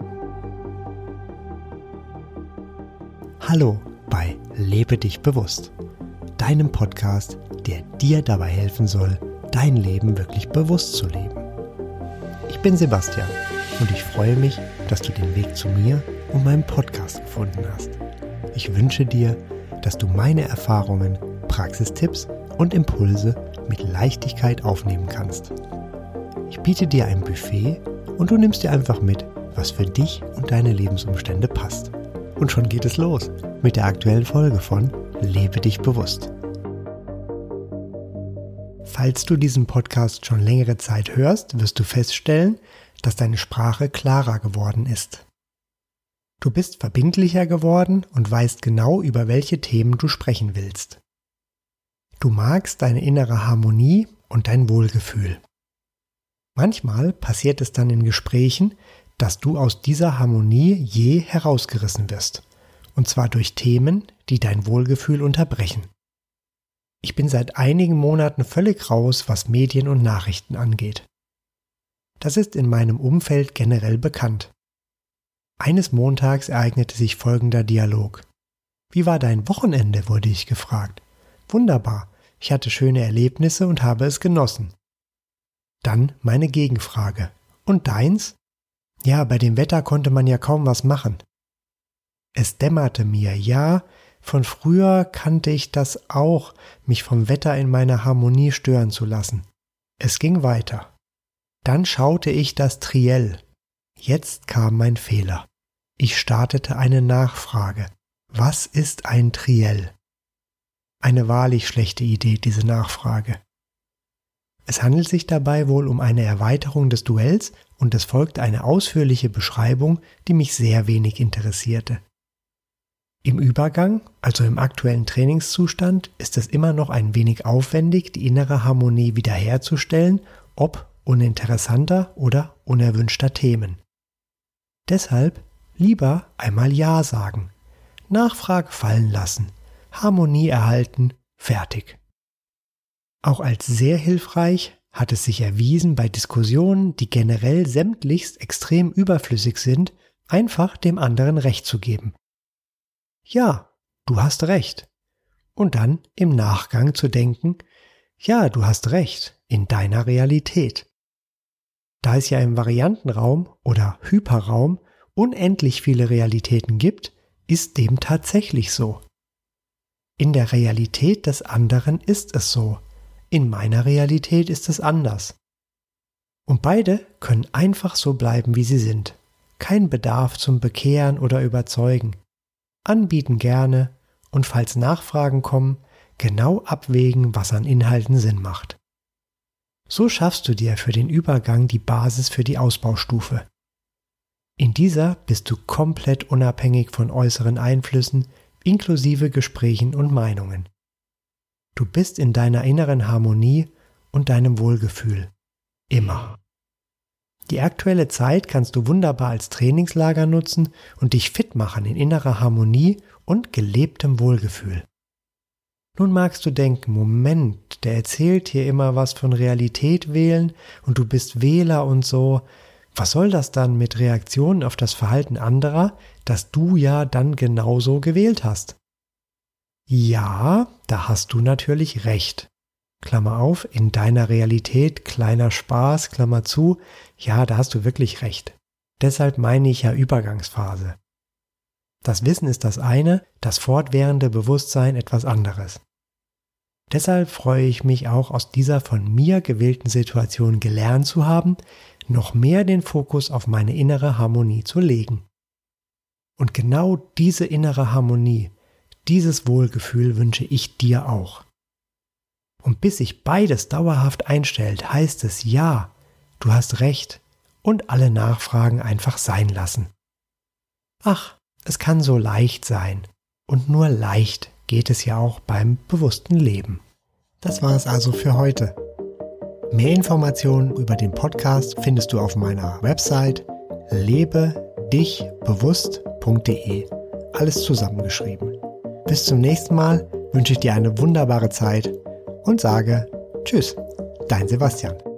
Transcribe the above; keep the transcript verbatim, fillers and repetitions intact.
Hallo bei Lebe dich bewusst, deinem Podcast, der dir dabei helfen soll, dein Leben wirklich bewusst zu leben. Ich bin Sebastian und ich freue mich, dass du den Weg zu mir und meinem Podcast gefunden hast. Ich wünsche dir, dass du meine Erfahrungen, Praxistipps und Impulse mit Leichtigkeit aufnehmen kannst. Ich biete dir ein Buffet und du nimmst dir einfach mit, was für dich und deine Lebensumstände passt. Und schon geht es los mit der aktuellen Folge von Lebe dich bewusst. Falls du diesen Podcast schon längere Zeit hörst, wirst du feststellen, dass deine Sprache klarer geworden ist. Du bist verbindlicher geworden und weißt genau, über welche Themen du sprechen willst. Du magst deine innere Harmonie und dein Wohlgefühl. Manchmal passiert es dann in Gesprächen, dass du aus dieser Harmonie je herausgerissen wirst, und zwar durch Themen, die dein Wohlgefühl unterbrechen. Ich bin seit einigen Monaten völlig raus, was Medien und Nachrichten angeht. Das ist in meinem Umfeld generell bekannt. Eines Montags ereignete sich folgender Dialog. Wie war dein Wochenende, wurde ich gefragt. Wunderbar, ich hatte schöne Erlebnisse und habe es genossen. Dann meine Gegenfrage. Und deins? Ja, bei dem Wetter konnte man ja kaum was machen. Es dämmerte mir, ja, von früher kannte ich das auch, mich vom Wetter in meiner Harmonie stören zu lassen. Es ging weiter. Dann schaute ich das Triell. Jetzt kam mein Fehler. Ich startete eine Nachfrage. Was ist ein Triell? Eine wahrlich schlechte Idee, diese Nachfrage. Es handelt sich dabei wohl um eine Erweiterung des Duells und es folgte eine ausführliche Beschreibung, die mich sehr wenig interessierte. Im Übergang, also im aktuellen Trainingszustand, ist es immer noch ein wenig aufwendig, die innere Harmonie wiederherzustellen, ob uninteressanter oder unerwünschter Themen. Deshalb lieber einmal Ja sagen, Nachfrage fallen lassen, Harmonie erhalten, fertig. Auch als sehr hilfreich hat es sich erwiesen, bei Diskussionen, die generell sämtlichst extrem überflüssig sind, einfach dem anderen Recht zu geben. Ja, du hast recht. Und dann im Nachgang zu denken, ja, du hast recht, in deiner Realität. Da es ja im Variantenraum oder Hyperraum unendlich viele Realitäten gibt, ist dem tatsächlich so. In der Realität des anderen ist es so. In meiner Realität ist es anders. Und beide können einfach so bleiben, wie sie sind. Kein Bedarf zum Bekehren oder Überzeugen. Anbieten gerne und falls Nachfragen kommen, genau abwägen, was an Inhalten Sinn macht. So schaffst du dir für den Übergang die Basis für die Ausbaustufe. In dieser bist du komplett unabhängig von äußeren Einflüssen, inklusive Gesprächen und Meinungen. Du bist in deiner inneren Harmonie und deinem Wohlgefühl. Immer. Die aktuelle Zeit kannst du wunderbar als Trainingslager nutzen und dich fit machen in innerer Harmonie und gelebtem Wohlgefühl. Nun magst du denken, Moment, der erzählt hier immer was von Realität wählen und du bist Wähler und so. Was soll das dann mit Reaktionen auf das Verhalten anderer, das du ja dann genauso gewählt hast? Ja, da hast du natürlich recht. Klammer auf, in deiner Realität, kleiner Spaß, Klammer zu, ja, da hast du wirklich recht. Deshalb meine ich ja Übergangsphase. Das Wissen ist das eine, das fortwährende Bewusstsein etwas anderes. Deshalb freue ich mich auch, aus dieser von mir gewählten Situation gelernt zu haben, noch mehr den Fokus auf meine innere Harmonie zu legen. Und genau diese innere Harmonie, dieses Wohlgefühl wünsche ich dir auch. Und bis sich beides dauerhaft einstellt, heißt es ja, du hast recht und alle Nachfragen einfach sein lassen. Ach, es kann so leicht sein. Und nur leicht geht es ja auch beim bewussten Leben. Das war es also für heute. Mehr Informationen über den Podcast findest du auf meiner Website lebe dich bewusst punkt de. Alles zusammengeschrieben. Bis zum nächsten Mal wünsche ich dir eine wunderbare Zeit und sage Tschüss, dein Sebastian.